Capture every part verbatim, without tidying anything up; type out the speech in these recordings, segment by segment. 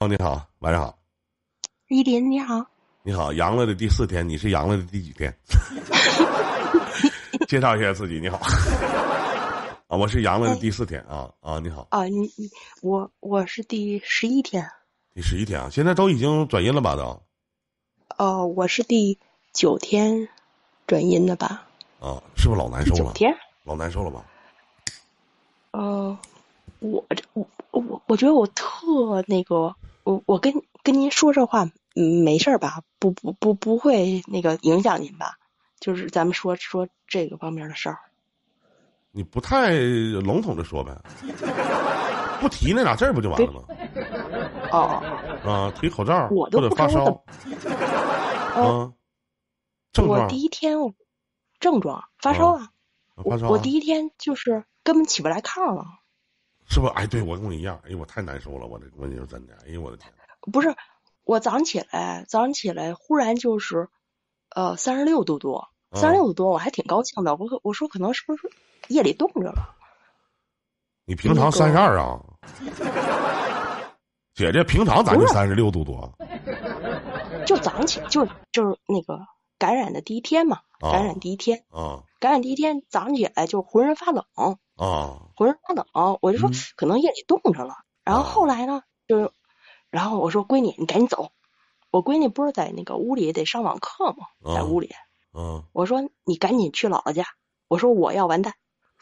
哦，你好，晚上好。 依林，你好。 你好，阳了的第四天，你是阳了的第几天？介绍一下自己。你好。啊，我是阳了的第四天啊啊，你好。 啊，你你我我是第十一天。 第十一天啊，现在都已经转阴了吧都？ 哦，我是第九天转阴的吧？ 啊，是不是老难受了？ 九天。 老难受了吧？ 呃，我这我我我觉得我特那个，我我跟跟您说这话，嗯，没事吧？不不不不会那个影响您吧？就是咱们说说这个方面的事儿。 你不太笼统的说呗，不提那俩字儿不就完了吗？ 哦。 啊，提口罩我都或者发烧。 嗯。 症状。 我第一天症状发烧啊。 啊发烧啊我。我第一天就是根本起不来炕了。 是不是？哎，对，我跟我一样。哎，我太难受了，我这问题是真的。哎呦，我的天！ 不是，我早上起来，早上起来忽然就是，呃，三十六度多，三十六度多，我还挺高兴的。我我说可能是不是夜里冻着了？ 你平常三十二啊？姐姐平常咱就三十六度多。 就早上起就就是那个感染的第一天嘛， 啊、 感染第一天啊， 感染第一天早上起来就浑身发冷啊， 浑身发冷，我就说、嗯、可能夜里冻着了。然后后来呢，就然后我说闺女你赶紧走，我闺女不是在那个屋里得上网课吗？ 啊、 在屋里， 嗯、啊， 我说你赶紧去姥姥家，我说我要完蛋。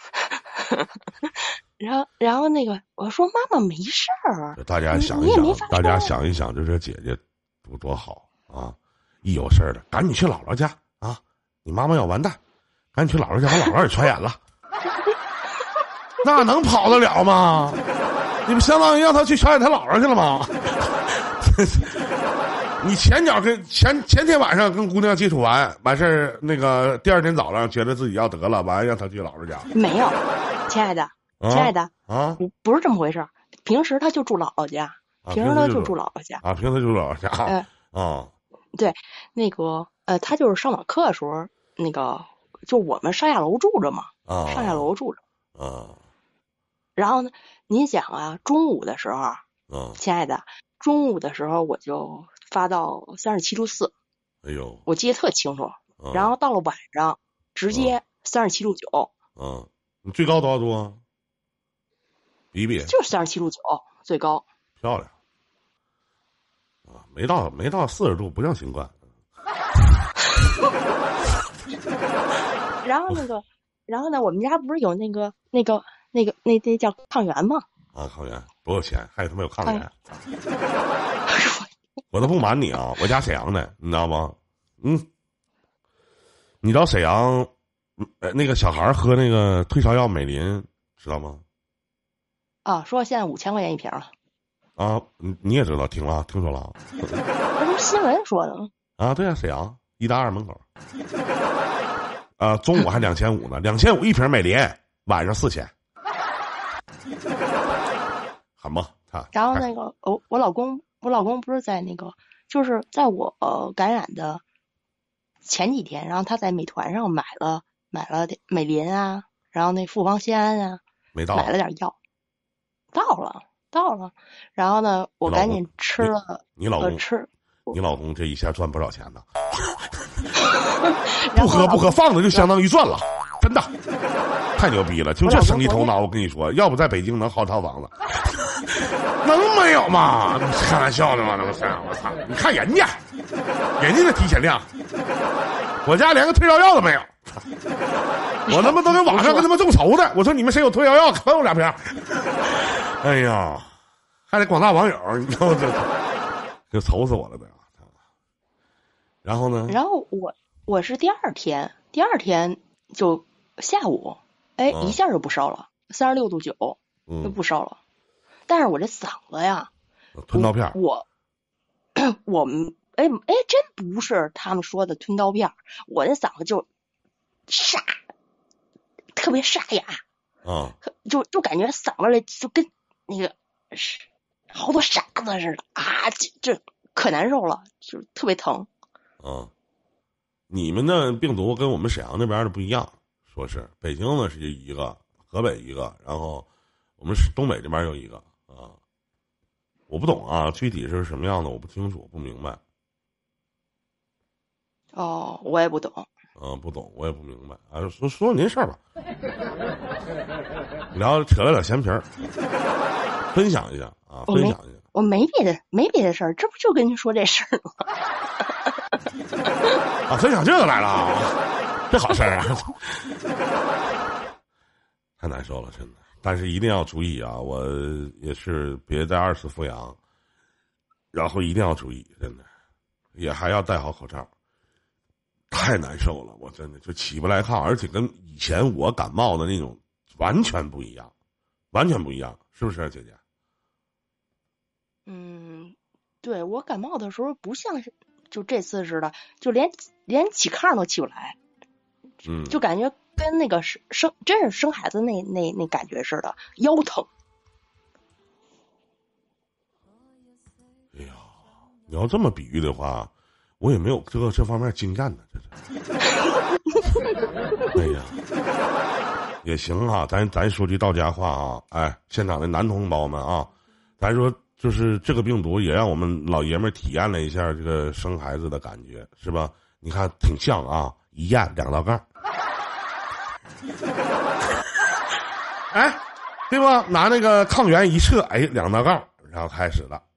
然后，然后那个我说妈妈没事儿， 大家想一想，大家想一想，这这姐姐多多好啊！一有事儿了，赶紧去姥姥家啊！你妈妈要完蛋，赶紧去姥姥家，把姥姥也传染了，那能跑得了吗？你不相当于让他去传染他姥姥去了吗？你前脚跟前前天晚上跟姑娘接触完完事儿，那个第二天早上觉得自己要得了，完让他去姥姥家。 没有，亲爱的， 啊、 亲爱的啊， 不不是这么回事。平时他就住姥姥家， 啊、 平时他就住姥姥家啊，平时就住姥姥家啊。 呃、 啊， 对，那个呃，他就是上网课的时候，那个就我们上下楼住着嘛， 啊， 上下楼住着。 啊， 然后呢，您想啊，中午的时候， 嗯， 亲爱的，中午的时候我就发到三十七度四， 哎呦， 我记得特清楚。 嗯、 然后到了晚上，直接三十七度九。 嗯，你最高多少度啊？比比， 就是三十七度九最高。 漂亮。啊，没到没到四十度不叫新冠。 然后那个，然后呢，我们家不是有那个那个那个那那叫抗原吗？ 啊，抗原不有钱，还有他妈有抗原。我都不瞒你啊，我家沈阳的，你知道吗？嗯，你知道沈阳，呃，那个小孩喝那个退烧药美林，知道吗？ 啊，说现在五千块钱一瓶了。 啊，你你也知道，听了听说了。 那不是新闻说的吗？啊， 对啊，沈阳一大二门口。啊，中午还两千五呢，两千五一瓶美林，晚上四千。狠吧他。 然后那个，哦，我老公，我老公不是在那个，就是在我、呃、感染的前几天，然后他在美团上买了买了美林啊，然后那复方酰胺啊， 没到， 买了点药，到了到了，然后呢，我赶紧吃了。 你, 你老公、 呃、吃， 你老公这一下赚不少钱呢。不喝不喝，放着就相当于赚了，真的，太牛逼了！就这生意头脑，我跟你说，要不在北京能好套房子。能没有吗？开玩笑的吗？那不是，我操！你看人家，人家的提前量，我家连个退烧药都没有。我他妈都在网上跟他们众筹的。我说你们谁有退烧药，给我两瓶。哎呀，还得广大网友，你知道这就愁死我了，都要。然后呢？ 然后我我是第二天，第二天就下午，哎， 嗯、 一下就不烧了，三十六度九，就不烧了。嗯，但是我这嗓子呀， 吞刀片， 我我们哎哎，真不是他们说的吞刀片，我这嗓子就沙，特别沙哑， 啊、 嗯，就就感觉嗓子里就跟那个好多沙子似的啊，就就可难受了，就特别疼。 啊，你们的病毒跟我们沈阳那边的不一样，说是北京呢是一个，河北一个，然后我们东北这边有一个啊。 我不懂啊，具体是什么样的我不清楚，不明白。 哦，我也不懂。 嗯、呃，不懂，我也不明白啊。说说说您事儿吧，聊扯了点闲皮儿，分享一下啊，分享一下。 我没别的，没别的事儿，这不就跟您说这事儿吗？ 啊，分享这个来了啊，这好事儿啊，太难受了，真的。但是一定要注意啊，我也是别再二次复阳，然后一定要注意，真的，也还要戴好口罩。太难受了，我真的就起不来炕，而且跟以前我感冒的那种完全不一样，完全不一样，是不是、啊、姐姐？ 嗯，对，我感冒的时候不像是就这次似的，就连连起炕都起不来， 嗯， 就感觉跟那个生生真是生孩子那那那感觉似的，腰疼。 哎呀，你要这么比喻的话，我也没有这个这方面经验呢，这是。哎呀，也行啊，咱咱说句到家话啊，哎，现场的男同胞们啊，咱说就是这个病毒也让我们老爷们体验了一下这个生孩子的感觉，是吧？你看挺像啊，一验两道杠，哎，对吧？拿那个抗原一测，哎，两道杠，然后开始了。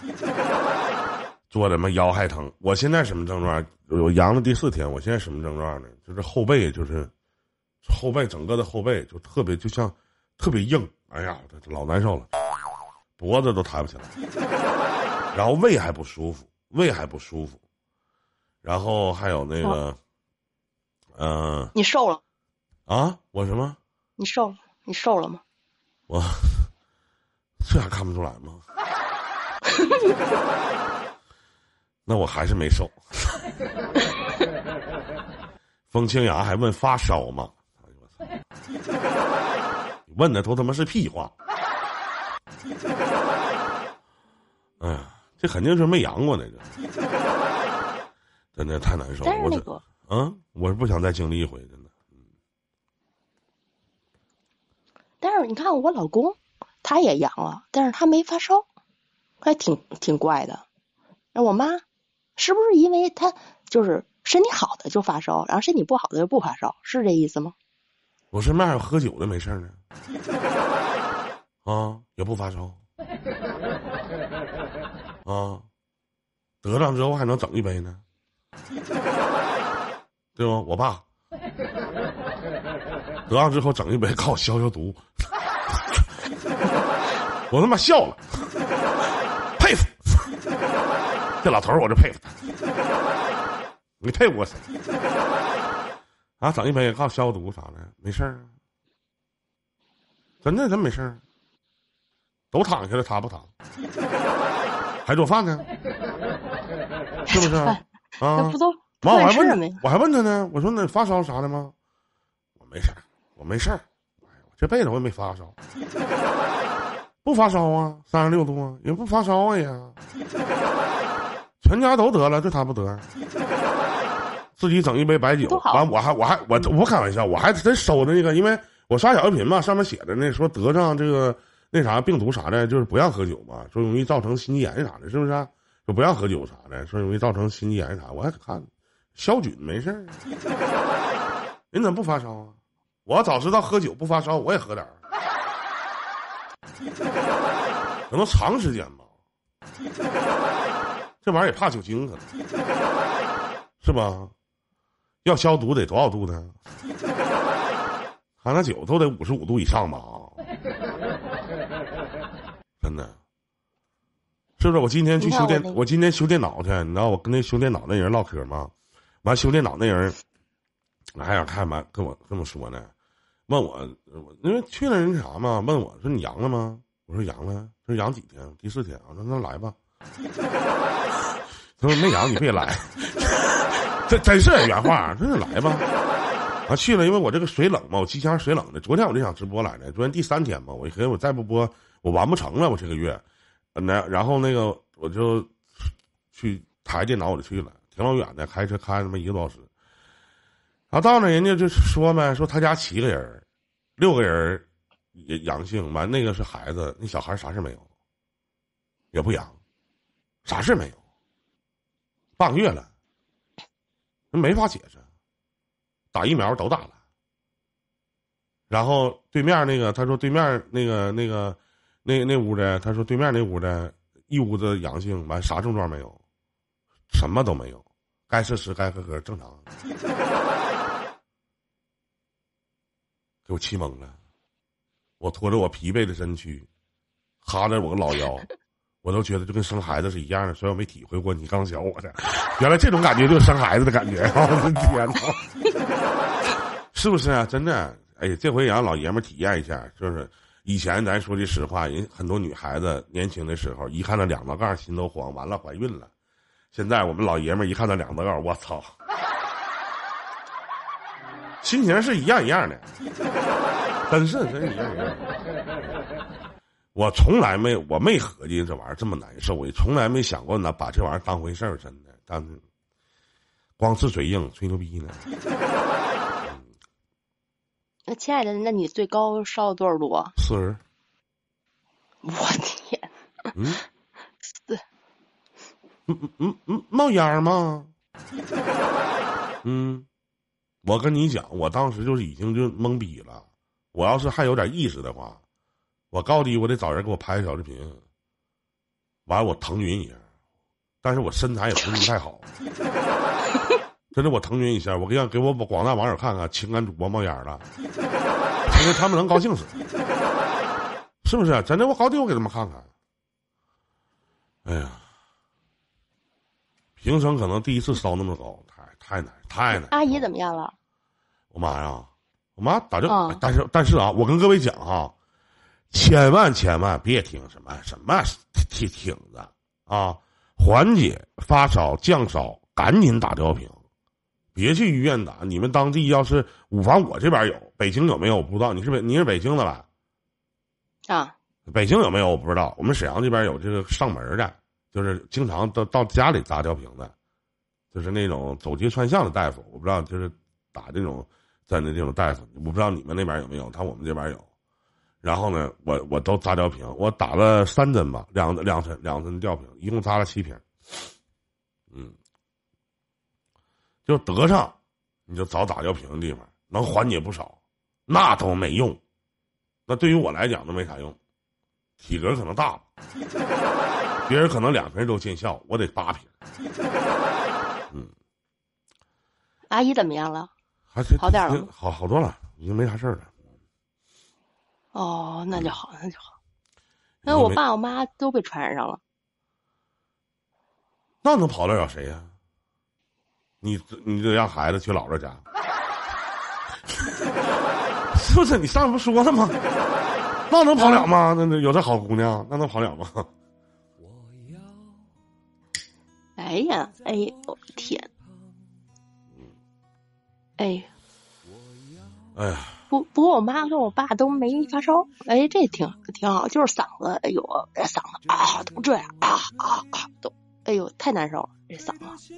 做的嘛腰还疼，我现在什么症状？我阳了第四天，我现在什么症状呢？就是后背，就是后背整个的后背就特别就像特别硬，哎呀，老难受了，脖子都抬不起来，然后胃还不舒服，胃还不舒服，然后还有那个，嗯、呃， 你瘦了啊？我什么？ 你瘦了？你瘦了吗？ 我这还看不出来吗？那我还是没瘦。风清扬还问发烧吗？问的都他妈是屁话。哎呀，这肯定是没阳过那个，真的太难受了。 但是那个， 我嗯，我是不想再经历一回，真的。 但是你看我老公，他也阳了，但是他没发烧，还挺挺怪的。那我妈是不是因为他就是身体好的就发烧，然后身体不好的就不发烧，是这意思吗？ 我身边还有喝酒的没事呢，啊，也不发烧，啊，得上之后还能整一杯呢，对吗？我爸得上之后整一杯，告我消消毒，我他妈笑了，佩服。这老头儿我就佩服他，你佩服我谁？啊，整一杯靠消毒啥的，没事儿啊，真的真没事儿，都躺下了，他不躺，还做饭呢，是不是啊？啊， 不都完我还问没？ 我还问他呢，我说那发烧啥的吗？我没事儿，我没事儿，我这辈子我也没发烧，不发烧啊，三十六度啊，也不发烧啊也。全家都得了，就他不得，自己整一杯白酒，完我还我还我不开玩笑，我还真收的那个，因为我刷小视频嘛，上面写的那说得上这个那啥病毒啥的，就是不让喝酒嘛，说容易造成心肌炎啥的，是不是、啊？说不让喝酒啥的，说容易造成心肌炎啥，我还看消菌没事儿，人怎么不发烧啊？我要早知道喝酒不发烧，我也喝点儿，可能长时间吧。这玩意儿也怕酒精，可能是吧？要消毒得多少度呢？看那酒都得五十五度以上吧？真的，是不是？我今天去修电，我, 我今天修电脑去，你知道我跟那修电脑那人唠嗑吗？完修电脑那人，我还想看完跟我跟我说呢，问我，因为去了人啥嘛？问我说你阳了吗？我说阳了，说阳几天？第四天。我说那来吧。他说没阳你别来，这真是原话，真是来吧。啊去了，因为我这个水冷嘛，我机箱水冷的。昨天我就想直播来着，昨天第三天嘛，我可我再不播我完不成了，我这个月。那然后那个我就去抬电脑，我就去了，挺老远的，开车开他妈一个多小时。然后到那人家就说呗，说他家七个人，六个人也阳性，完那个是孩子，那小孩啥事没有。 也不阳，啥事没有，半个月了，没法解释，打疫苗都打了。然后对面那个他说对面那个那个那那屋的他说对面那屋的一屋子阳性，完啥症状没有，什么都没有，该吃吃该喝喝正常。给我气懵了，我拖着我疲惫的身躯，哈着我个老腰，我都觉得就跟生孩子是一样的。虽然我没体会过你刚小我的，原来这种感觉就是生孩子的感觉。我的天哪，是不是啊？真的，哎呀，这回也让老爷们体验一下。就是以前咱说句实话，人很多女孩子年轻的时候，一看到两道杠心都慌，完了怀孕了。现在我们老爷们一看到两道杠，我操！心情是一样一样的，真是真是一样一样的。我从来没我没合计这玩意儿这么难受，我也从来没想过拿把这玩意儿当回事儿，真的。但是光是嘴硬吹牛逼呢。 那亲爱的，那你最高烧了多少度啊？ 四十。 我天！ 嗯，是，嗯嗯嗯，冒烟吗？嗯。我跟你讲，我当时就是已经就懵逼了。我要是还有点意识的话，我高低我得找人给我拍个小视频，完了我腾云一下。但是我身材也不是太好，真的我腾云一下，我给让给我广大网友看看，情感主播冒烟了，因为他们能高兴死，是不是？真的，我高低我给他们看看。哎呀，平生可能第一次烧那么高，太太难太难。 阿姨怎么样了？ 我妈呀，我妈打这， 哦、 但是但是啊，我跟各位讲哈，千万千万别听什么什么挺挺的啊，缓解发烧降烧，赶紧打吊瓶，别去医院打。你们当地要是五房我这边有，北京有没有我不知道。你是北你是北京的吧？ 啊， 北京有没有我不知道。我们沈阳这边有这个上门的，就是经常到到家里扎吊瓶的，就是那种走街串巷的大夫，我不知道，就是打这种真的这种大夫，我不知道你们那边有没有，他我们这边有。然后呢，我我都扎吊瓶，我打了三针吧，两两针两针吊瓶，一共扎了七瓶。嗯，就得上，你就找打吊瓶的地方，能缓解不少，那都没用。那对于我来讲都没啥用，体格可能大了，别人可能两瓶都见效，我得八瓶。嗯， 阿姨怎么样了？ 还是好点了吗？ 好好多了，已经没啥事儿了。 哦，那就好，那就好。那我爸我妈都被传染上了。 那能跑得了谁呀、啊？你你得让孩子去姥姥家，是不是？你上次不说了吗？那能跑了吗？那有这好姑娘，那能跑了吗？ 哎呀，哎呦天！哎， 哎呀。 不不过我妈和我爸都没发烧，哎，这挺挺好，就是嗓子，哎呦，嗓子啊都这样啊啊啊都，哎呦太难受了，这嗓子。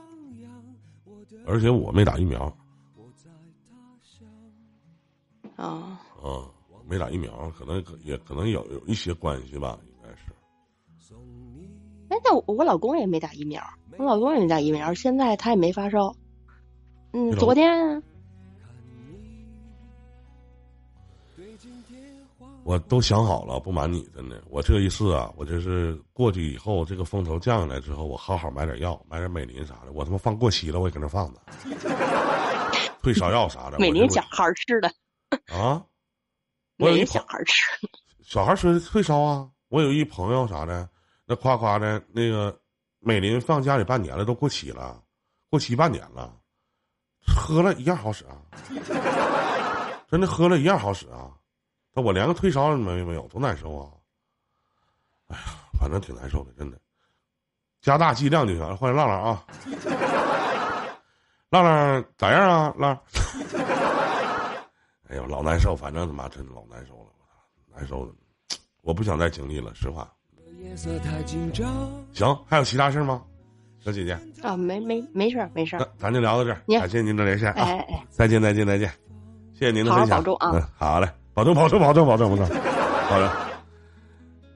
而且我没打疫苗。 啊。 啊，没打疫苗，可能也可能有有一些关系吧，应该是。 哎，那我我老公也没打疫苗，我老公也没打疫苗，现在他也没发烧。嗯，昨天。 我都想好了，不瞒你，真的，我这一次啊，我就是过去以后，这个风头降下来之后，我好好买点药，买点美林啥的，我他妈放过期了，我也搁那放着，退烧药啥的。 美林小孩吃的啊？ 美林小孩吃， 小孩吃退烧啊！我有一朋友啥的，那夸夸的那个美林放家里半年了，都过期了，过期半年了，喝了一样好使啊，真的喝了一样好使啊。我连个退烧没没有，多难受啊！哎呀，反正挺难受的，真的。加大剂量就行了。欢迎浪浪啊，浪浪咋样啊？浪，哎呦，老难受，反正他妈真老难受了，难受的，我不想再经历了，实话。行，还有其他事吗，小姐姐？ 啊，没没没事没事， 那咱就聊到这儿，感谢您的连线啊！ 哎哎， 再见再见再见，谢谢您的分享， 好好保重啊！ 嗯，好嘞。保重，保重，保重，保重，保重，保重。